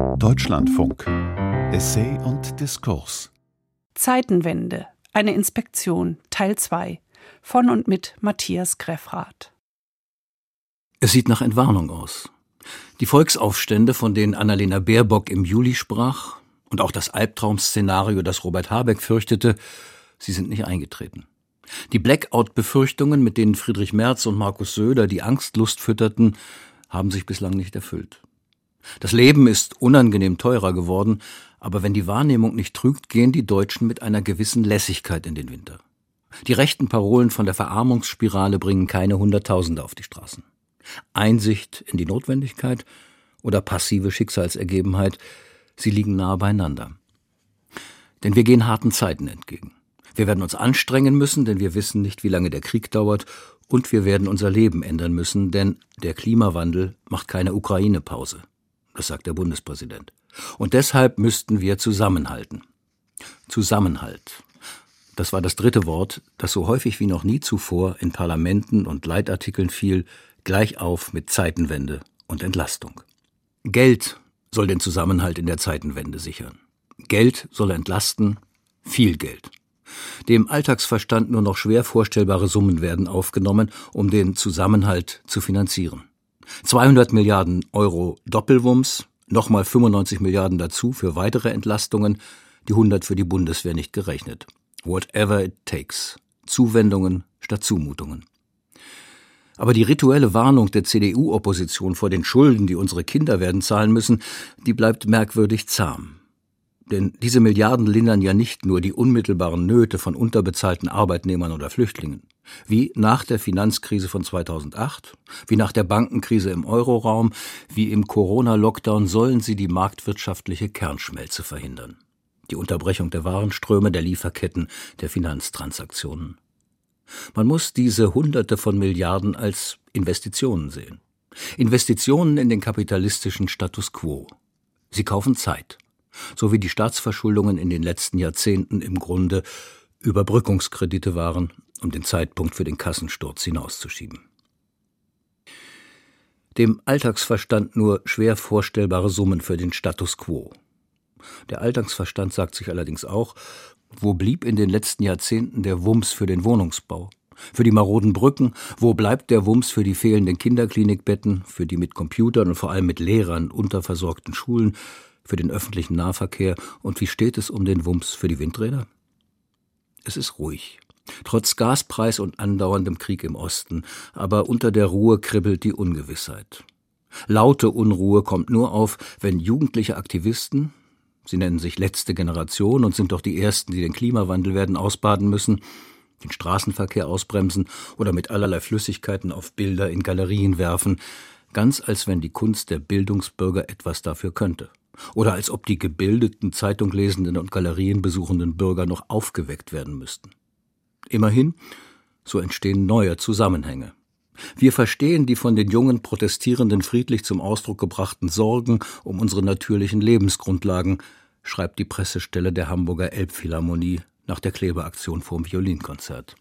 Deutschlandfunk. Essay und Diskurs. Zeitenwende. Eine Inspektion. Teil 2. Von und mit Matthias Greffrath. Es sieht nach Entwarnung aus. Die Volksaufstände, von denen Annalena Baerbock im Juli sprach, und auch das Albtraum-Szenario, das Robert Habeck fürchtete, sie sind nicht eingetreten. Die Blackout-Befürchtungen, mit denen Friedrich Merz und Markus Söder die Angstlust fütterten, haben sich bislang nicht erfüllt. Das Leben ist unangenehm teurer geworden, aber wenn die Wahrnehmung nicht trügt, gehen die Deutschen mit einer gewissen Lässigkeit in den Winter. Die rechten Parolen von der Verarmungsspirale bringen keine Hunderttausende auf die Straßen. Einsicht in die Notwendigkeit oder passive Schicksalsergebenheit, sie liegen nahe beieinander. Denn wir gehen harten Zeiten entgegen. Wir werden uns anstrengen müssen, denn wir wissen nicht, wie lange der Krieg dauert, und wir werden unser Leben ändern müssen, denn der Klimawandel macht keine Ukraine-Pause. Das sagt der Bundespräsident. Und deshalb müssten wir zusammenhalten. Zusammenhalt. Das war das dritte Wort, das so häufig wie noch nie zuvor in Parlamenten und Leitartikeln fiel, gleich auf mit Zeitenwende und Entlastung. Geld soll den Zusammenhalt in der Zeitenwende sichern. Geld soll entlasten, viel Geld. Dem Alltagsverstand nur noch schwer vorstellbare Summen werden aufgenommen, um den Zusammenhalt zu finanzieren. 200 Milliarden Euro Doppelwumms, nochmal 95 Milliarden dazu für weitere Entlastungen, die 100 für die Bundeswehr nicht gerechnet. Whatever it takes. Zuwendungen statt Zumutungen. Aber die rituelle Warnung der CDU-Opposition vor den Schulden, die unsere Kinder werden zahlen müssen, die bleibt merkwürdig zahm. Denn diese Milliarden lindern ja nicht nur die unmittelbaren Nöte von unterbezahlten Arbeitnehmern oder Flüchtlingen. Wie nach der Finanzkrise von 2008, wie nach der Bankenkrise im Euroraum, wie im Corona-Lockdown sollen sie die marktwirtschaftliche Kernschmelze verhindern. Die Unterbrechung der Warenströme, der Lieferketten, der Finanztransaktionen. Man muss diese Hunderte von Milliarden als Investitionen sehen. Investitionen in den kapitalistischen Status quo. Sie kaufen Zeit. So wie die Staatsverschuldungen in den letzten Jahrzehnten im Grunde Überbrückungskredite waren, um den Zeitpunkt für den Kassensturz hinauszuschieben. Dem Alltagsverstand nur schwer vorstellbare Summen für den Status quo. Der Alltagsverstand sagt sich allerdings auch, wo blieb in den letzten Jahrzehnten der Wumms für den Wohnungsbau? Für die maroden Brücken? Wo bleibt der Wumms für die fehlenden Kinderklinikbetten, für die mit Computern und vor allem mit Lehrern unterversorgten Schulen, für den öffentlichen Nahverkehr? Und wie steht es um den Wumms für die Windräder? Es ist ruhig. Trotz Gaspreis und andauerndem Krieg im Osten. Aber unter der Ruhe kribbelt die Ungewissheit. Laute Unruhe kommt nur auf, wenn jugendliche Aktivisten, sie nennen sich letzte Generation und sind doch die Ersten, die den Klimawandel werden ausbaden müssen, den Straßenverkehr ausbremsen oder mit allerlei Flüssigkeiten auf Bilder in Galerien werfen, ganz als wenn die Kunst der Bildungsbürger etwas dafür könnte. Oder als ob die gebildeten, zeitunglesenden und galerienbesuchenden Bürger noch aufgeweckt werden müssten. Immerhin, so entstehen neue Zusammenhänge. Wir verstehen die von den jungen Protestierenden friedlich zum Ausdruck gebrachten Sorgen um unsere natürlichen Lebensgrundlagen, schreibt die Pressestelle der Hamburger Elbphilharmonie nach der Klebeaktion vorm Violinkonzert.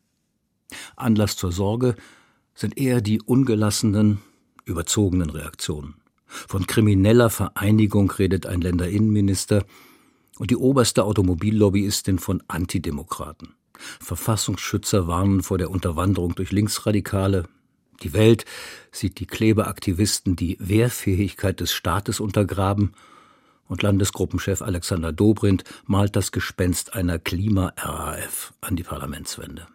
Anlass zur Sorge sind eher die ungelassenen, überzogenen Reaktionen. Von krimineller Vereinigung redet ein Länderinnenminister und die oberste Automobillobbyistin von Antidemokraten. Verfassungsschützer warnen vor der Unterwanderung durch Linksradikale. Die Welt sieht die Klebeaktivisten die Wehrfähigkeit des Staates untergraben und Landesgruppenchef Alexander Dobrindt malt das Gespenst einer Klima-RAF an die Parlamentswände.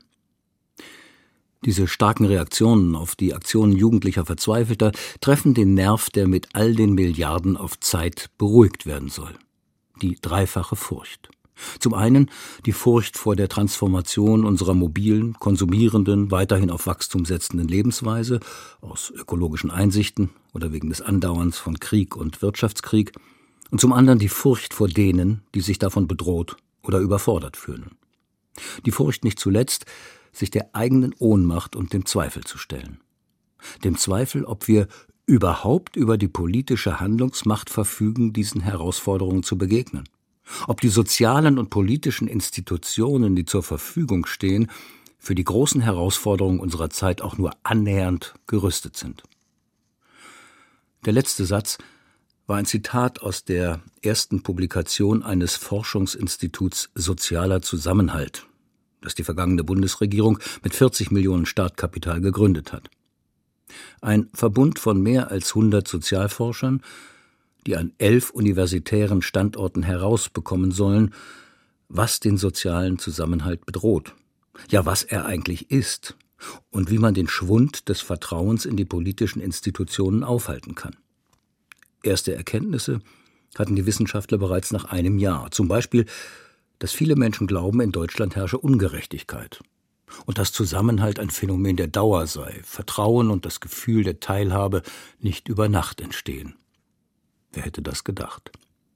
Diese starken Reaktionen auf die Aktionen jugendlicher Verzweifelter treffen den Nerv, der mit all den Milliarden auf Zeit beruhigt werden soll. Die dreifache Furcht. Zum einen die Furcht vor der Transformation unserer mobilen, konsumierenden, weiterhin auf Wachstum setzenden Lebensweise, aus ökologischen Einsichten oder wegen des Andauerns von Krieg und Wirtschaftskrieg. Und zum anderen die Furcht vor denen, die sich davon bedroht oder überfordert fühlen. Die Furcht nicht zuletzt, sich der eigenen Ohnmacht und dem Zweifel zu stellen. Dem Zweifel, ob wir überhaupt über die politische Handlungsmacht verfügen, diesen Herausforderungen zu begegnen. Ob die sozialen und politischen Institutionen, die zur Verfügung stehen, für die großen Herausforderungen unserer Zeit auch nur annähernd gerüstet sind. Der letzte Satz: war ein Zitat aus der ersten Publikation eines Forschungsinstituts Sozialer Zusammenhalt, das die vergangene Bundesregierung mit 40 Millionen Startkapital gegründet hat. Ein Verbund von mehr als 100 Sozialforschern, die an 11 universitären Standorten herausbekommen sollen, was den sozialen Zusammenhalt bedroht, ja, was er eigentlich ist und wie man den Schwund des Vertrauens in die politischen Institutionen aufhalten kann. Erste Erkenntnisse hatten die Wissenschaftler bereits nach einem Jahr. Zum Beispiel, dass viele Menschen glauben, in Deutschland herrsche Ungerechtigkeit und dass Zusammenhalt ein Phänomen der Dauer sei, Vertrauen und das Gefühl der Teilhabe nicht über Nacht entstehen. Wer hätte das gedacht?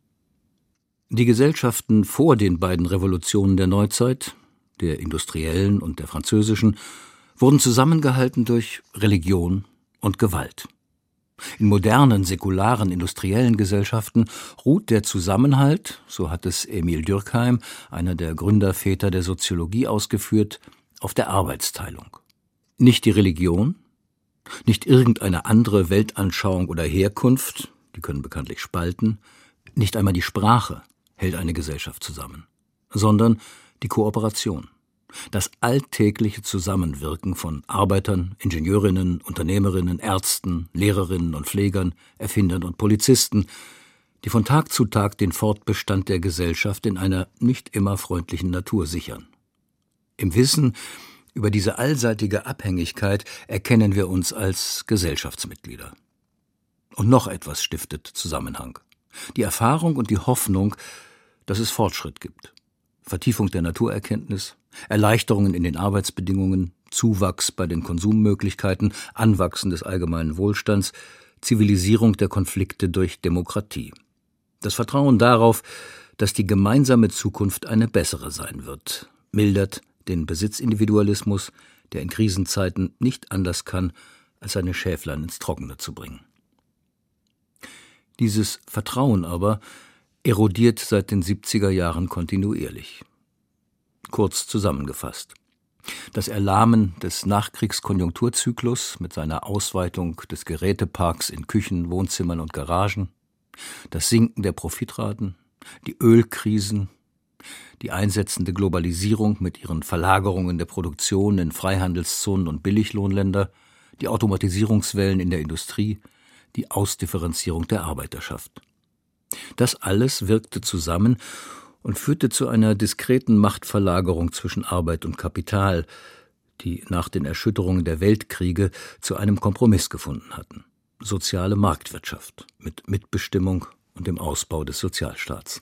Die Gesellschaften vor den beiden Revolutionen der Neuzeit, der industriellen und der französischen, wurden zusammengehalten durch Religion und Gewalt. In modernen, säkularen, industriellen Gesellschaften ruht der Zusammenhalt, so hat es Emil Durkheim, einer der Gründerväter der Soziologie, ausgeführt, auf der Arbeitsteilung. Nicht die Religion, nicht irgendeine andere Weltanschauung oder Herkunft, die können bekanntlich spalten, nicht einmal die Sprache hält eine Gesellschaft zusammen, sondern die Kooperation. Das alltägliche Zusammenwirken von Arbeitern, Ingenieurinnen, Unternehmerinnen, Ärzten, Lehrerinnen und Pflegern, Erfindern und Polizisten, die von Tag zu Tag den Fortbestand der Gesellschaft in einer nicht immer freundlichen Natur sichern. Im Wissen über diese allseitige Abhängigkeit erkennen wir uns als Gesellschaftsmitglieder. Und noch etwas stiftet Zusammenhang: die Erfahrung und die Hoffnung, dass es Fortschritt gibt. Vertiefung der Naturerkenntnis, Erleichterungen in den Arbeitsbedingungen, Zuwachs bei den Konsummöglichkeiten, Anwachsen des allgemeinen Wohlstands, Zivilisierung der Konflikte durch Demokratie. Das Vertrauen darauf, dass die gemeinsame Zukunft eine bessere sein wird, mildert den Besitzindividualismus, der in Krisenzeiten nicht anders kann, als seine Schäflein ins Trockene zu bringen. Dieses Vertrauen aber erodiert seit den 70er Jahren kontinuierlich. Kurz zusammengefasst: das Erlahmen des Nachkriegskonjunkturzyklus mit seiner Ausweitung des Geräteparks in Küchen, Wohnzimmern und Garagen, das Sinken der Profitraten, die Ölkrisen, die einsetzende Globalisierung mit ihren Verlagerungen der Produktion in Freihandelszonen und Billiglohnländer, die Automatisierungswellen in der Industrie, die Ausdifferenzierung der Arbeiterschaft. Das alles wirkte zusammen und führte zu einer diskreten Machtverlagerung zwischen Arbeit und Kapital, die nach den Erschütterungen der Weltkriege zu einem Kompromiss gefunden hatten: soziale Marktwirtschaft mit Mitbestimmung und dem Ausbau des Sozialstaats.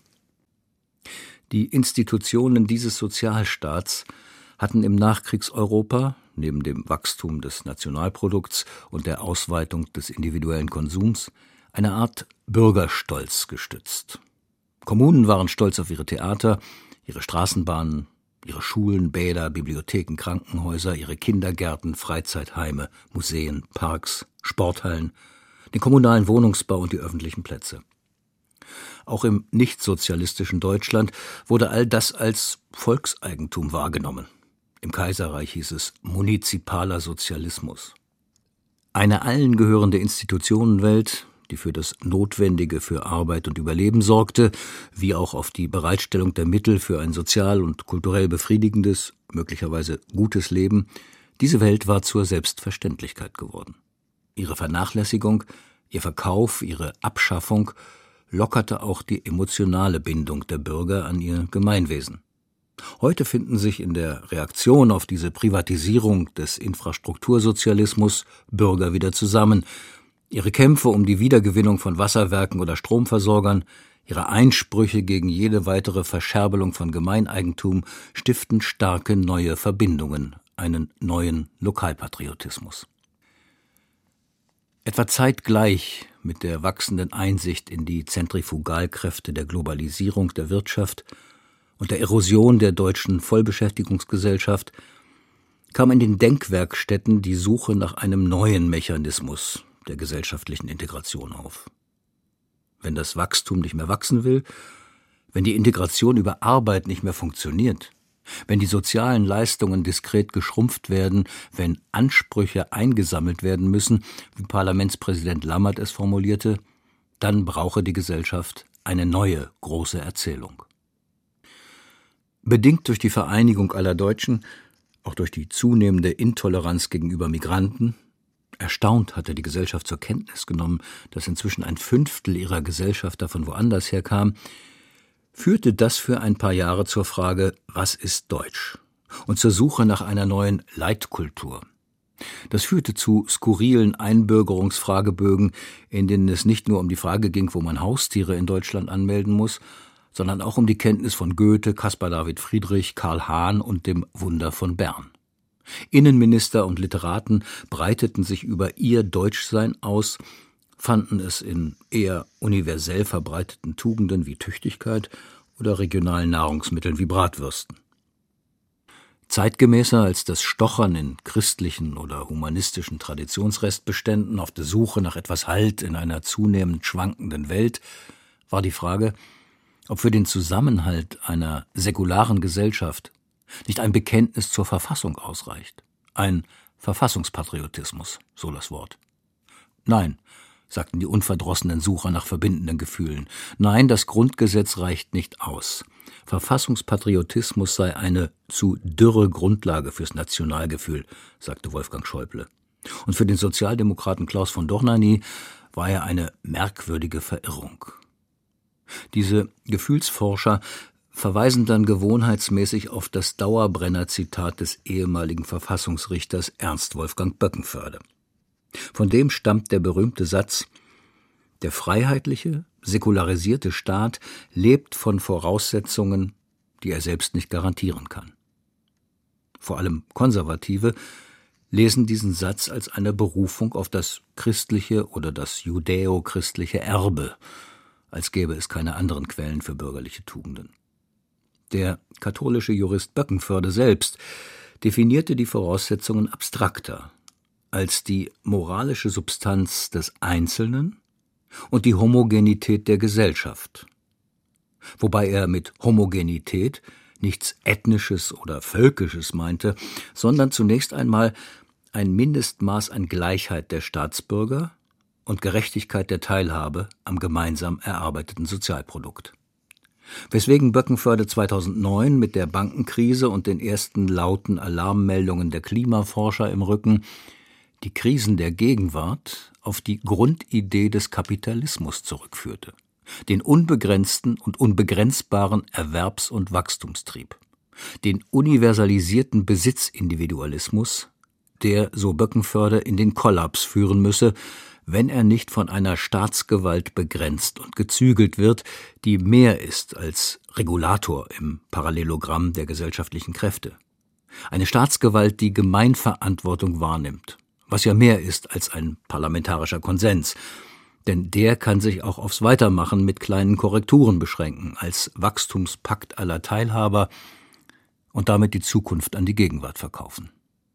Die Institutionen dieses Sozialstaats hatten im Nachkriegseuropa neben dem Wachstum des Nationalprodukts und der Ausweitung des individuellen Konsums eine Art Bürgerstolz gestützt. Kommunen waren stolz auf ihre Theater, ihre Straßenbahnen, ihre Schulen, Bäder, Bibliotheken, Krankenhäuser, ihre Kindergärten, Freizeitheime, Museen, Parks, Sporthallen, den kommunalen Wohnungsbau und die öffentlichen Plätze. Auch im nichtsozialistischen Deutschland wurde all das als Volkseigentum wahrgenommen. Im Kaiserreich hieß es munizipaler Sozialismus. Eine allen gehörende Institutionenwelt, die für das Notwendige für Arbeit und Überleben sorgte, wie auch auf die Bereitstellung der Mittel für ein sozial und kulturell befriedigendes, möglicherweise gutes Leben, diese Welt war zur Selbstverständlichkeit geworden. Ihre Vernachlässigung, ihr Verkauf, ihre Abschaffung lockerte auch die emotionale Bindung der Bürger an ihr Gemeinwesen. Heute finden sich in der Reaktion auf diese Privatisierung des Infrastruktursozialismus Bürger wieder zusammen. Ihre Kämpfe um die Wiedergewinnung von Wasserwerken oder Stromversorgern, ihre Einsprüche gegen jede weitere Verscherbelung von Gemeineigentum stiften starke neue Verbindungen, einen neuen Lokalpatriotismus. Etwa zeitgleich mit der wachsenden Einsicht in die Zentrifugalkräfte der Globalisierung der Wirtschaft und der Erosion der deutschen Vollbeschäftigungsgesellschaft kam in den Denkwerkstätten die Suche nach einem neuen Mechanismus der gesellschaftlichen Integration auf. Wenn das Wachstum nicht mehr wachsen will, wenn die Integration über Arbeit nicht mehr funktioniert, wenn die sozialen Leistungen diskret geschrumpft werden, wenn Ansprüche eingesammelt werden müssen, wie Parlamentspräsident Lammert es formulierte, dann brauche die Gesellschaft eine neue große Erzählung. Bedingt durch die Vereinigung aller Deutschen, auch durch die zunehmende Intoleranz gegenüber Migranten, erstaunt hatte die Gesellschaft zur Kenntnis genommen, dass inzwischen 1/5 ihrer Gesellschafter von woanders herkam, führte das für ein paar Jahre zur Frage, was ist Deutsch? Und zur Suche nach einer neuen Leitkultur. Das führte zu skurrilen Einbürgerungsfragebögen, in denen es nicht nur um die Frage ging, wo man Haustiere in Deutschland anmelden muss, sondern auch um die Kenntnis von Goethe, Caspar David Friedrich, Karl Hahn und dem Wunder von Bern. Innenminister und Literaten breiteten sich über ihr Deutschsein aus, fanden es in eher universell verbreiteten Tugenden wie Tüchtigkeit oder regionalen Nahrungsmitteln wie Bratwürsten. Zeitgemäßer als das Stochern in christlichen oder humanistischen Traditionsrestbeständen auf der Suche nach etwas Halt in einer zunehmend schwankenden Welt war die Frage, ob für den Zusammenhalt einer säkularen Gesellschaft nicht ein Bekenntnis zur Verfassung ausreicht. Ein Verfassungspatriotismus, so das Wort. Nein, sagten die unverdrossenen Sucher nach verbindenden Gefühlen. Nein, das Grundgesetz reicht nicht aus. Verfassungspatriotismus sei eine zu dürre Grundlage fürs Nationalgefühl, sagte Wolfgang Schäuble. Und für den Sozialdemokraten Klaus von Dohnanyi war er eine merkwürdige Verirrung. Diese Gefühlsforscher verweisen dann gewohnheitsmäßig auf das Dauerbrenner-Zitat des ehemaligen Verfassungsrichters Ernst Wolfgang Böckenförde. Von dem stammt der berühmte Satz: Der freiheitliche, säkularisierte Staat lebt von Voraussetzungen, die er selbst nicht garantieren kann. Vor allem Konservative lesen diesen Satz als eine Berufung auf das christliche oder das judäo-christliche Erbe, als gäbe es keine anderen Quellen für bürgerliche Tugenden. Der katholische Jurist Böckenförde selbst definierte die Voraussetzungen abstrakter als die moralische Substanz des Einzelnen und die Homogenität der Gesellschaft, wobei er mit Homogenität nichts Ethnisches oder Völkisches meinte, sondern zunächst einmal ein Mindestmaß an Gleichheit der Staatsbürger und Gerechtigkeit der Teilhabe am gemeinsam erarbeiteten Sozialprodukt. Weswegen Böckenförde 2009 mit der Bankenkrise und den ersten lauten Alarmmeldungen der Klimaforscher im Rücken die Krisen der Gegenwart auf die Grundidee des Kapitalismus zurückführte, den unbegrenzten und unbegrenzbaren Erwerbs- und Wachstumstrieb, den universalisierten Besitzindividualismus, der, so Böckenförde, in den Kollaps führen müsse, wenn er nicht von einer Staatsgewalt begrenzt und gezügelt wird, die mehr ist als Regulator im Parallelogramm der gesellschaftlichen Kräfte. Eine Staatsgewalt, die Gemeinverantwortung wahrnimmt, was ja mehr ist als ein parlamentarischer Konsens, denn der kann sich auch aufs Weitermachen mit kleinen Korrekturen beschränken, als Wachstumspakt aller Teilhaber und damit die Zukunft an die Gegenwart verkaufen.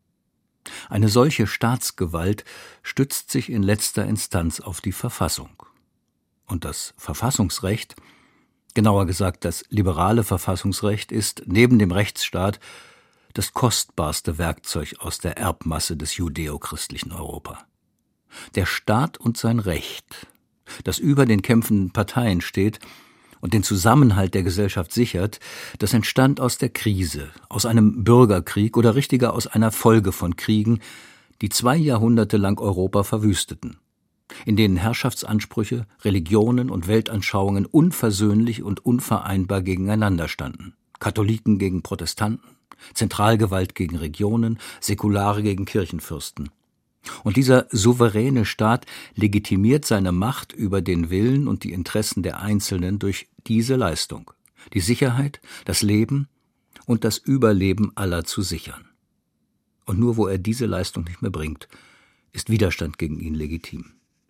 Eine solche Staatsgewalt stützt sich in letzter Instanz auf die Verfassung. Und das Verfassungsrecht, genauer gesagt das liberale Verfassungsrecht, ist neben dem Rechtsstaat das kostbarste Werkzeug aus der Erbmasse des judäo-christlichen Europa. Der Staat und sein Recht, das über den kämpfenden Parteien steht und den Zusammenhalt der Gesellschaft sichert, das entstand aus der Krise, aus einem Bürgerkrieg oder richtiger aus einer Folge von Kriegen, die 2 Jahrhunderte lang Europa verwüsteten, in denen Herrschaftsansprüche, Religionen und Weltanschauungen unversöhnlich und unvereinbar gegeneinander standen. Katholiken gegen Protestanten, Zentralgewalt gegen Regionen, Säkulare gegen Kirchenfürsten. Und dieser souveräne Staat legitimiert seine Macht über den Willen und die Interessen der Einzelnen durch diese Leistung, die Sicherheit, das Leben und das Überleben aller zu sichern. Und nur wo er diese Leistung nicht mehr bringt, ist Widerstand gegen ihn legitim.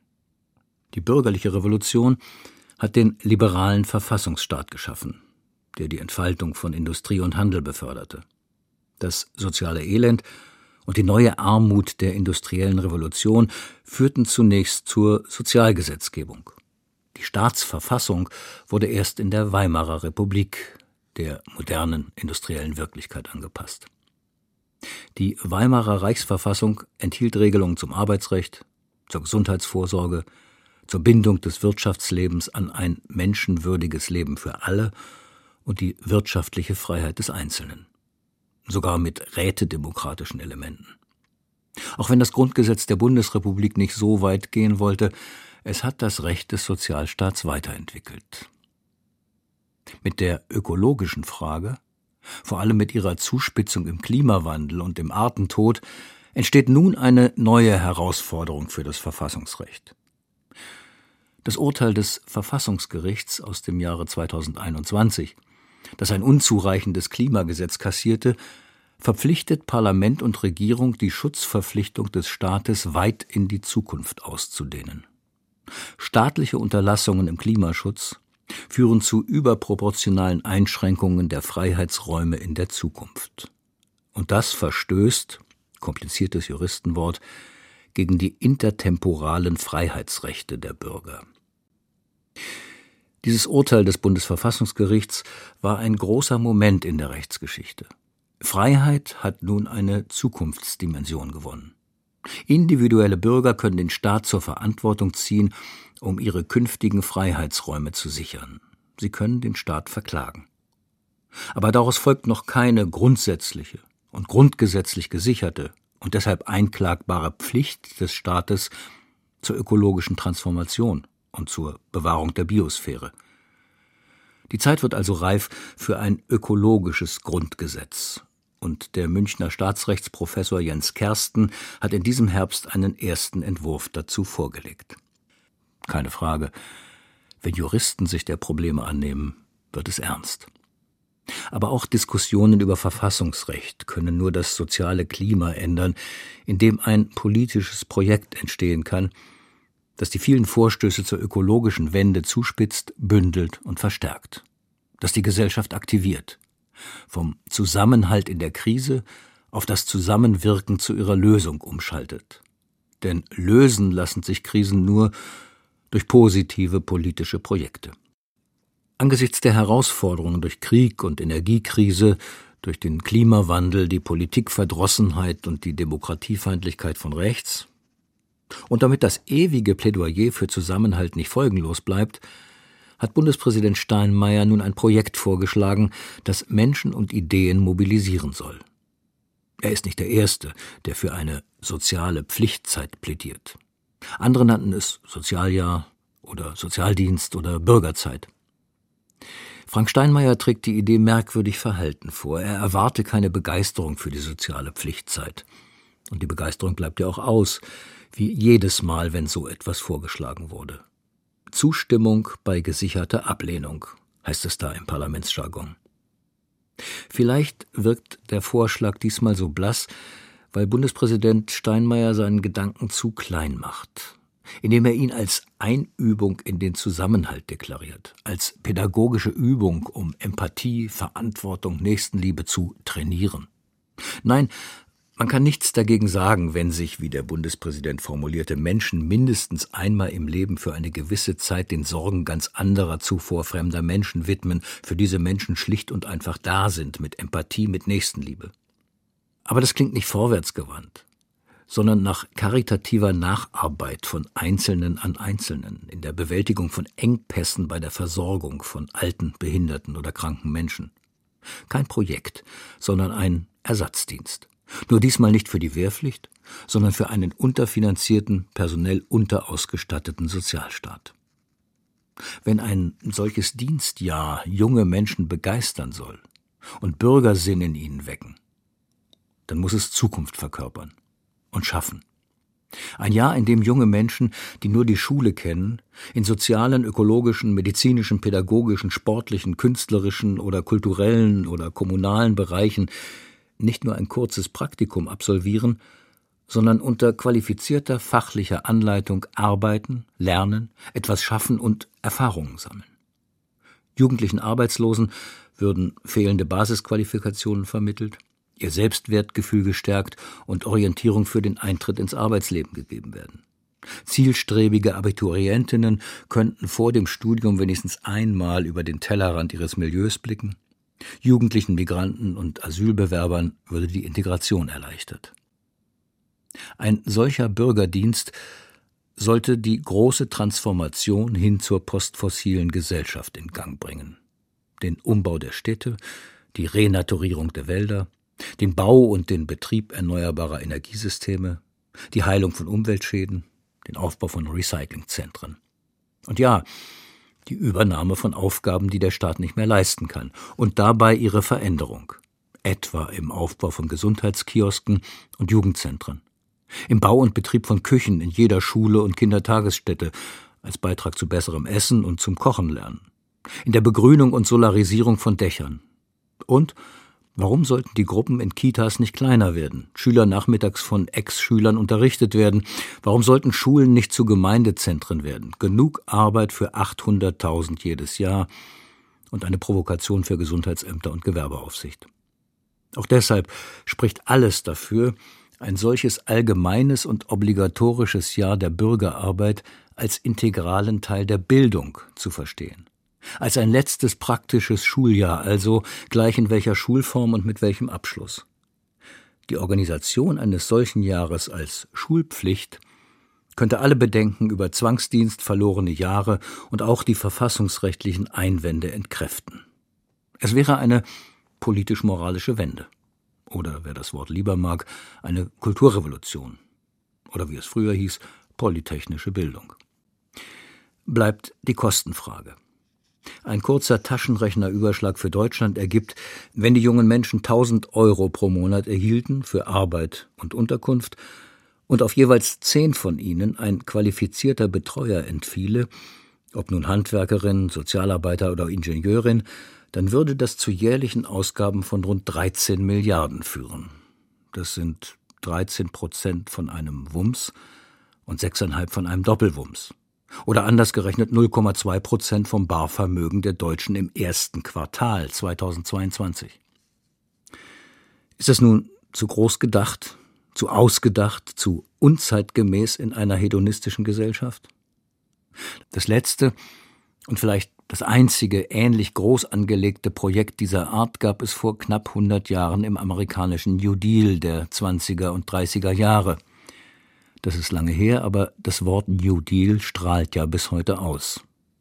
Die bürgerliche Revolution hat den liberalen Verfassungsstaat geschaffen, der die Entfaltung von Industrie und Handel beförderte. Das soziale Elend und die neue Armut der industriellen Revolution führten zunächst zur Sozialgesetzgebung. Die Staatsverfassung wurde erst in der Weimarer Republik der modernen industriellen Wirklichkeit angepasst. Die Weimarer Reichsverfassung enthielt Regelungen zum Arbeitsrecht, zur Gesundheitsvorsorge, zur Bindung des Wirtschaftslebens an ein menschenwürdiges Leben für alle und die wirtschaftliche Freiheit des Einzelnen. Sogar mit rätedemokratischen Elementen. Auch wenn das Grundgesetz der Bundesrepublik nicht so weit gehen wollte, es hat das Recht des Sozialstaats weiterentwickelt. Mit der ökologischen Frage, vor allem mit ihrer Zuspitzung im Klimawandel und im Artentod, entsteht nun eine neue Herausforderung für das Verfassungsrecht. Das Urteil des Verfassungsgerichts aus dem Jahre 2021, das ein unzureichendes Klimagesetz kassierte, verpflichtet Parlament und Regierung, die Schutzverpflichtung des Staates weit in die Zukunft auszudehnen. Staatliche Unterlassungen im Klimaschutz führen zu überproportionalen Einschränkungen der Freiheitsräume in der Zukunft. Und das verstößt, kompliziertes Juristenwort, gegen die intertemporalen Freiheitsrechte der Bürger. Dieses Urteil des Bundesverfassungsgerichts war ein großer Moment in der Rechtsgeschichte. Freiheit hat nun eine Zukunftsdimension gewonnen. Individuelle Bürger können den Staat zur Verantwortung ziehen, um ihre künftigen Freiheitsräume zu sichern. Sie können den Staat verklagen. Aber daraus folgt noch keine grundsätzliche und grundgesetzlich gesicherte und deshalb einklagbare Pflicht des Staates zur ökologischen Transformation und zur Bewahrung der Biosphäre. Die Zeit wird also reif für ein ökologisches Grundgesetz. Und der Münchner Staatsrechtsprofessor Jens Kersten hat in diesem Herbst einen ersten Entwurf dazu vorgelegt. Keine Frage, wenn Juristen sich der Probleme annehmen, wird es ernst. Aber auch Diskussionen über Verfassungsrecht können nur das soziale Klima ändern, in dem ein politisches Projekt entstehen kann, das die vielen Vorstöße zur ökologischen Wende zuspitzt, bündelt und verstärkt, das die Gesellschaft aktiviert, vom Zusammenhalt in der Krise auf das Zusammenwirken zu ihrer Lösung umschaltet. Denn lösen lassen sich Krisen nur durch positive politische Projekte. Angesichts der Herausforderungen durch Krieg und Energiekrise, durch den Klimawandel, die Politikverdrossenheit und die Demokratiefeindlichkeit von rechts, und damit das ewige Plädoyer für Zusammenhalt nicht folgenlos bleibt, hat Bundespräsident Steinmeier nun ein Projekt vorgeschlagen, das Menschen und Ideen mobilisieren soll. Er ist nicht der Erste, der für eine soziale Pflichtzeit plädiert. Andere nannten es Sozialjahr oder Sozialdienst oder Bürgerzeit. Frank Steinmeier trägt die Idee merkwürdig verhalten vor. Er erwarte keine Begeisterung für die soziale Pflichtzeit. Und die Begeisterung bleibt ja auch aus, wie jedes Mal, wenn so etwas vorgeschlagen wurde. Zustimmung bei gesicherter Ablehnung, heißt es da im Parlamentsjargon. Vielleicht wirkt der Vorschlag diesmal so blass, weil Bundespräsident Steinmeier seinen Gedanken zu klein macht, indem er ihn als Einübung in den Zusammenhalt deklariert, als pädagogische Übung, um Empathie, Verantwortung, Nächstenliebe zu trainieren. Nein, man kann nichts dagegen sagen, wenn sich, wie der Bundespräsident formulierte, Menschen mindestens einmal im Leben für eine gewisse Zeit den Sorgen ganz anderer, zuvor fremder Menschen widmen, für diese Menschen schlicht und einfach da sind, mit Empathie, mit Nächstenliebe. Aber das klingt nicht vorwärtsgewandt, sondern nach karitativer Nacharbeit von Einzelnen an Einzelnen, in der Bewältigung von Engpässen bei der Versorgung von alten, behinderten oder kranken Menschen. Kein Projekt, sondern ein Ersatzdienst. Nur diesmal nicht für die Wehrpflicht, sondern für einen unterfinanzierten, personell unterausgestatteten Sozialstaat. Wenn ein solches Dienstjahr junge Menschen begeistern soll und Bürgersinn in ihnen wecken, dann muss es Zukunft verkörpern und schaffen. Ein Jahr, in dem junge Menschen, die nur die Schule kennen, in sozialen, ökologischen, medizinischen, pädagogischen, sportlichen, künstlerischen oder kulturellen oder kommunalen Bereichen nicht nur ein kurzes Praktikum absolvieren, sondern unter qualifizierter fachlicher Anleitung arbeiten, lernen, etwas schaffen und Erfahrungen sammeln. Jugendlichen Arbeitslosen würden fehlende Basisqualifikationen vermittelt, ihr Selbstwertgefühl gestärkt und Orientierung für den Eintritt ins Arbeitsleben gegeben werden. Zielstrebige Abiturientinnen könnten vor dem Studium wenigstens einmal über den Tellerrand ihres Milieus blicken. Jugendlichen Migranten und Asylbewerbern würde die Integration erleichtert. Ein solcher Bürgerdienst sollte die große Transformation hin zur postfossilen Gesellschaft in Gang bringen. Den Umbau der Städte, die Renaturierung der Wälder, den Bau und den Betrieb erneuerbarer Energiesysteme, die Heilung von Umweltschäden, den Aufbau von Recyclingzentren. Und ja, die Übernahme von Aufgaben, die der Staat nicht mehr leisten kann, und dabei ihre Veränderung, etwa im Aufbau von Gesundheitskiosken und Jugendzentren, im Bau und Betrieb von Küchen in jeder Schule und Kindertagesstätte als Beitrag zu besserem Essen und zum Kochen lernen, in der Begrünung und Solarisierung von Dächern. Und warum sollten die Gruppen in Kitas nicht kleiner werden, Schüler nachmittags von Ex-Schülern unterrichtet werden? Warum sollten Schulen nicht zu Gemeindezentren werden? Genug Arbeit für 800.000 jedes Jahr und eine Provokation für Gesundheitsämter und Gewerbeaufsicht. Auch deshalb spricht alles dafür, ein solches allgemeines und obligatorisches Jahr der Bürgerarbeit als integralen Teil der Bildung zu verstehen. Als ein letztes praktisches Schuljahr, also gleich in welcher Schulform und mit welchem Abschluss. Die Organisation eines solchen Jahres als Schulpflicht könnte alle Bedenken über Zwangsdienst, verlorene Jahre und auch die verfassungsrechtlichen Einwände entkräften. Es wäre eine politisch-moralische Wende. Oder, wer das Wort lieber mag, eine Kulturrevolution. Oder wie es früher hieß, polytechnische Bildung. Bleibt die Kostenfrage. Ein kurzer Taschenrechnerüberschlag für Deutschland ergibt, wenn die jungen Menschen 1.000 € pro Monat erhielten für Arbeit und Unterkunft und auf jeweils 10 von ihnen ein qualifizierter Betreuer entfiele, ob nun Handwerkerin, Sozialarbeiter oder Ingenieurin, dann würde das zu jährlichen Ausgaben von rund 13 Milliarden führen. Das sind 13% von einem Wumms und 6,5 von einem Doppelwumms. Oder anders gerechnet 0,2% vom Barvermögen der Deutschen im ersten Quartal 2022. Ist es nun zu groß gedacht, zu ausgedacht, zu unzeitgemäß in einer hedonistischen Gesellschaft? Das letzte und vielleicht das einzige ähnlich groß angelegte Projekt dieser Art gab es vor knapp 100 Jahren im amerikanischen New Deal der 20er und 30er Jahre. Das ist lange her, aber das Wort New Deal strahlt ja bis heute aus.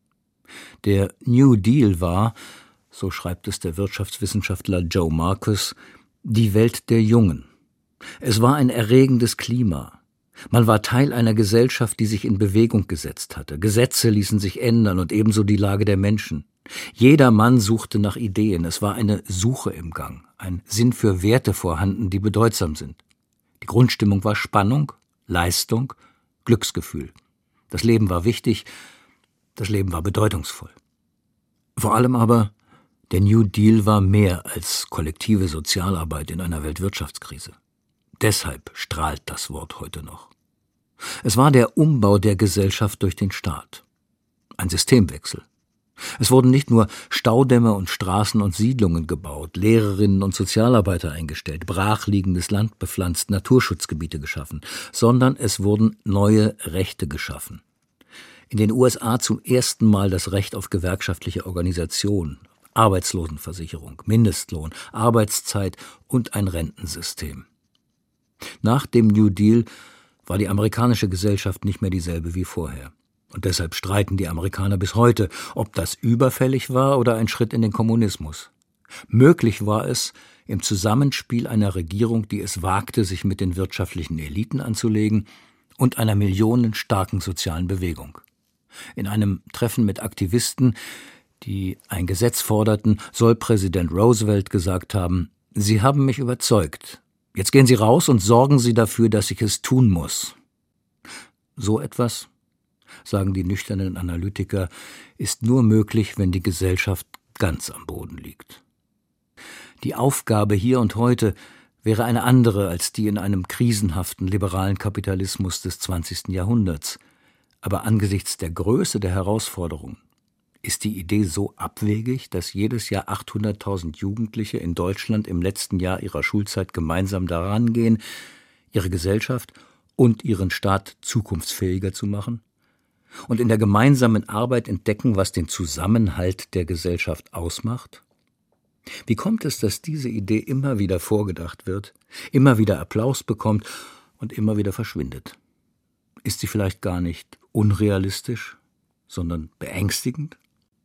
Der New Deal war, so schreibt es der Wirtschaftswissenschaftler Joe Marcus, die Welt der Jungen. Es war ein erregendes Klima. Man war Teil einer Gesellschaft, die sich in Bewegung gesetzt hatte. Gesetze ließen sich ändern und ebenso die Lage der Menschen. Jeder Mann suchte nach Ideen. Es war eine Suche im Gang, ein Sinn für Werte vorhanden, die bedeutsam sind. Die Grundstimmung war Spannung, Leistung, Glücksgefühl. Das Leben war wichtig, das Leben war bedeutungsvoll. Vor allem aber, der New Deal war mehr als kollektive Sozialarbeit in einer Weltwirtschaftskrise. Deshalb strahlt das Wort heute noch. Es war der Umbau der Gesellschaft durch den Staat. Ein Systemwechsel. Es wurden nicht nur Staudämme und Straßen und Siedlungen gebaut, Lehrerinnen und Sozialarbeiter eingestellt, brachliegendes Land bepflanzt, Naturschutzgebiete geschaffen, sondern es wurden neue Rechte geschaffen. In den USA zum ersten Mal das Recht auf gewerkschaftliche Organisation, Arbeitslosenversicherung, Mindestlohn, Arbeitszeit und ein Rentensystem. Nach dem New Deal war die amerikanische Gesellschaft nicht mehr dieselbe wie vorher. Und deshalb streiten die Amerikaner bis heute, ob das überfällig war oder ein Schritt in den Kommunismus. Möglich war es im Zusammenspiel einer Regierung, die es wagte, sich mit den wirtschaftlichen Eliten anzulegen, und einer millionenstarken sozialen Bewegung. In einem Treffen mit Aktivisten, die ein Gesetz forderten, soll Präsident Roosevelt gesagt haben: Sie haben mich überzeugt. Jetzt gehen Sie raus und sorgen Sie dafür, dass ich es tun muss. So etwas, sagen die nüchternen Analytiker, ist nur möglich, wenn die Gesellschaft ganz am Boden liegt. Die Aufgabe hier und heute wäre eine andere als die in einem krisenhaften liberalen Kapitalismus des 20. Jahrhunderts. Aber angesichts der Größe der Herausforderung ist die Idee so abwegig, dass jedes Jahr 800.000 Jugendliche in Deutschland im letzten Jahr ihrer Schulzeit gemeinsam daran gehen, ihre Gesellschaft und ihren Staat zukunftsfähiger zu machen und in der gemeinsamen Arbeit entdecken, was den Zusammenhalt der Gesellschaft ausmacht? Wie kommt es, dass diese Idee immer wieder vorgedacht wird, immer wieder Applaus bekommt und immer wieder verschwindet? Ist sie vielleicht gar nicht unrealistisch, sondern beängstigend?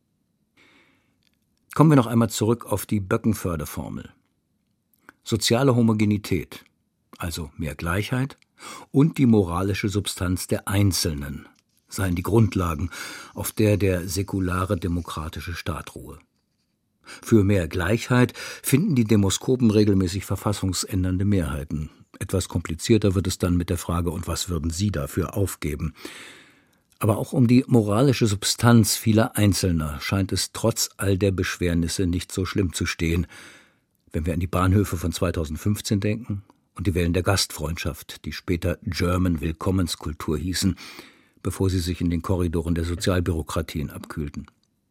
Kommen wir noch einmal zurück auf die Böckenförde-Formel. Soziale Homogenität, also mehr Gleichheit, und die moralische Substanz der Einzelnen seien die Grundlagen, auf der säkulare demokratische Staat ruhe. Für mehr Gleichheit finden die Demoskopen regelmäßig verfassungsändernde Mehrheiten. Etwas komplizierter wird es dann mit der Frage, und was würden Sie dafür aufgeben? Aber auch um die moralische Substanz vieler Einzelner scheint es trotz all der Beschwernisse nicht so schlimm zu stehen, wenn wir an die Bahnhöfe von 2015 denken und die Wellen der Gastfreundschaft, die später German Willkommenskultur hießen, bevor sie sich in den Korridoren der Sozialbürokratien abkühlten.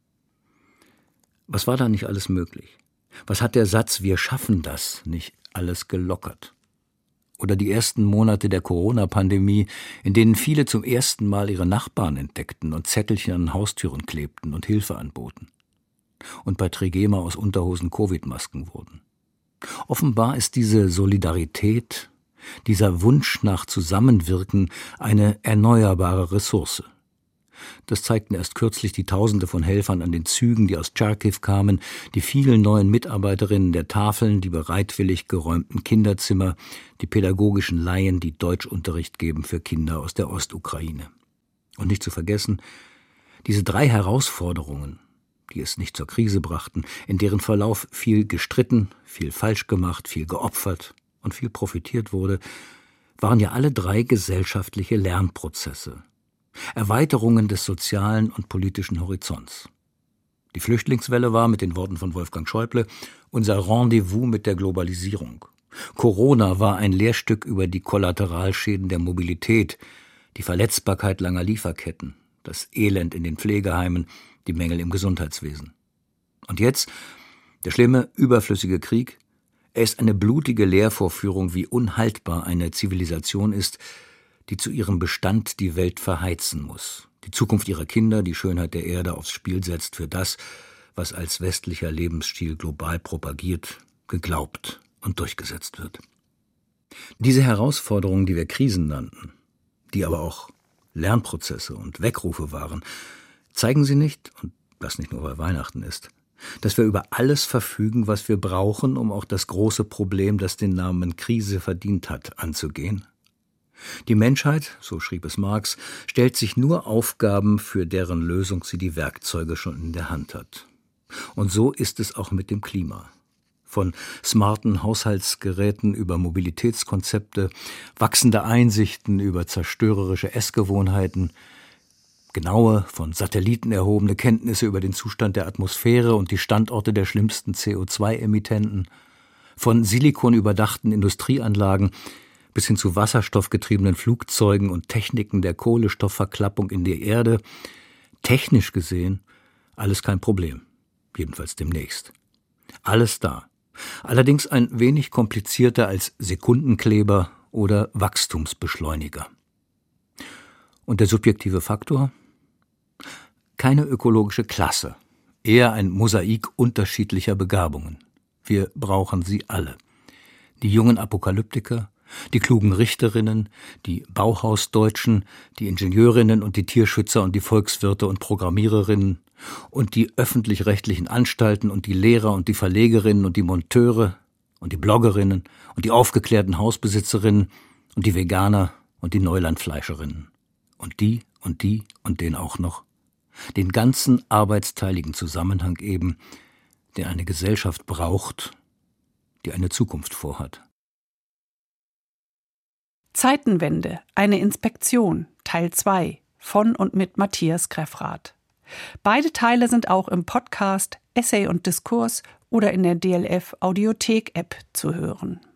Was war da nicht alles möglich? Was hat der Satz „Wir schaffen das" nicht alles gelockert? Oder die ersten Monate der Corona-Pandemie, in denen viele zum ersten Mal ihre Nachbarn entdeckten und Zettelchen an Haustüren klebten und Hilfe anboten. Und bei Trigema aus Unterhosen Covid-Masken wurden. Offenbar ist diese Solidarität, dieser Wunsch nach Zusammenwirken eine erneuerbare Ressource. Das zeigten erst kürzlich die Tausende von Helfern an den Zügen, die aus Charkiw kamen, die vielen neuen Mitarbeiterinnen der Tafeln, die bereitwillig geräumten Kinderzimmer, die pädagogischen Laien, die Deutschunterricht geben für Kinder aus der Ostukraine. Und nicht zu vergessen, diese 3 Herausforderungen, die es nicht zur Krise brachten, in deren Verlauf viel gestritten, viel falsch gemacht, viel geopfert und viel profitiert wurde, waren ja alle 3 gesellschaftliche Lernprozesse. Erweiterungen des sozialen und politischen Horizonts. Die Flüchtlingswelle war, mit den Worten von Wolfgang Schäuble, unser Rendezvous mit der Globalisierung. Corona war ein Lehrstück über die Kollateralschäden der Mobilität, die Verletzbarkeit langer Lieferketten, das Elend in den Pflegeheimen, die Mängel im Gesundheitswesen. Und jetzt der schlimme, überflüssige Krieg. Er ist eine blutige Lehrvorführung, wie unhaltbar eine Zivilisation ist, die zu ihrem Bestand die Welt verheizen muss, die Zukunft ihrer Kinder, die Schönheit der Erde aufs Spiel setzt für das, was als westlicher Lebensstil global propagiert, geglaubt und durchgesetzt wird. Diese Herausforderungen, die wir Krisen nannten, die aber auch Lernprozesse und Weckrufe waren, zeigen sie nicht, und das nicht nur weil Weihnachten ist, dass wir über alles verfügen, was wir brauchen, um auch das große Problem, das den Namen Krise verdient hat, anzugehen? Die Menschheit, so schrieb es Marx, stellt sich nur Aufgaben, für deren Lösung sie die Werkzeuge schon in der Hand hat. Und so ist es auch mit dem Klima. Von smarten Haushaltsgeräten über Mobilitätskonzepte, wachsende Einsichten über zerstörerische Essgewohnheiten, genaue, von Satelliten erhobene Kenntnisse über den Zustand der Atmosphäre und die Standorte der schlimmsten CO2-Emittenten, von silikonüberdachten Industrieanlagen bis hin zu wasserstoffgetriebenen Flugzeugen und Techniken der Kohlenstoffverklappung in die Erde. Technisch gesehen alles kein Problem, jedenfalls demnächst. Alles da. Allerdings ein wenig komplizierter als Sekundenkleber oder Wachstumsbeschleuniger. Und der subjektive Faktor? Keine ökologische Klasse, eher ein Mosaik unterschiedlicher Begabungen. Wir brauchen sie alle. Die jungen Apokalyptiker, die klugen Richterinnen, die Bauhausdeutschen, die Ingenieurinnen und die Tierschützer und die Volkswirte und Programmiererinnen und die öffentlich-rechtlichen Anstalten und die Lehrer und die Verlegerinnen und die Monteure und die Bloggerinnen und die aufgeklärten Hausbesitzerinnen und die Veganer und die Neulandfleischerinnen und die und den auch noch. Den ganzen arbeitsteiligen Zusammenhang eben, der eine Gesellschaft braucht, die eine Zukunft vorhat. Zeitenwende, eine Inspektion, Teil 2, von und mit Matthias Greffrath. Beide Teile sind auch im Podcast Essay und Diskurs oder in der DLF Audiothek-App zu hören.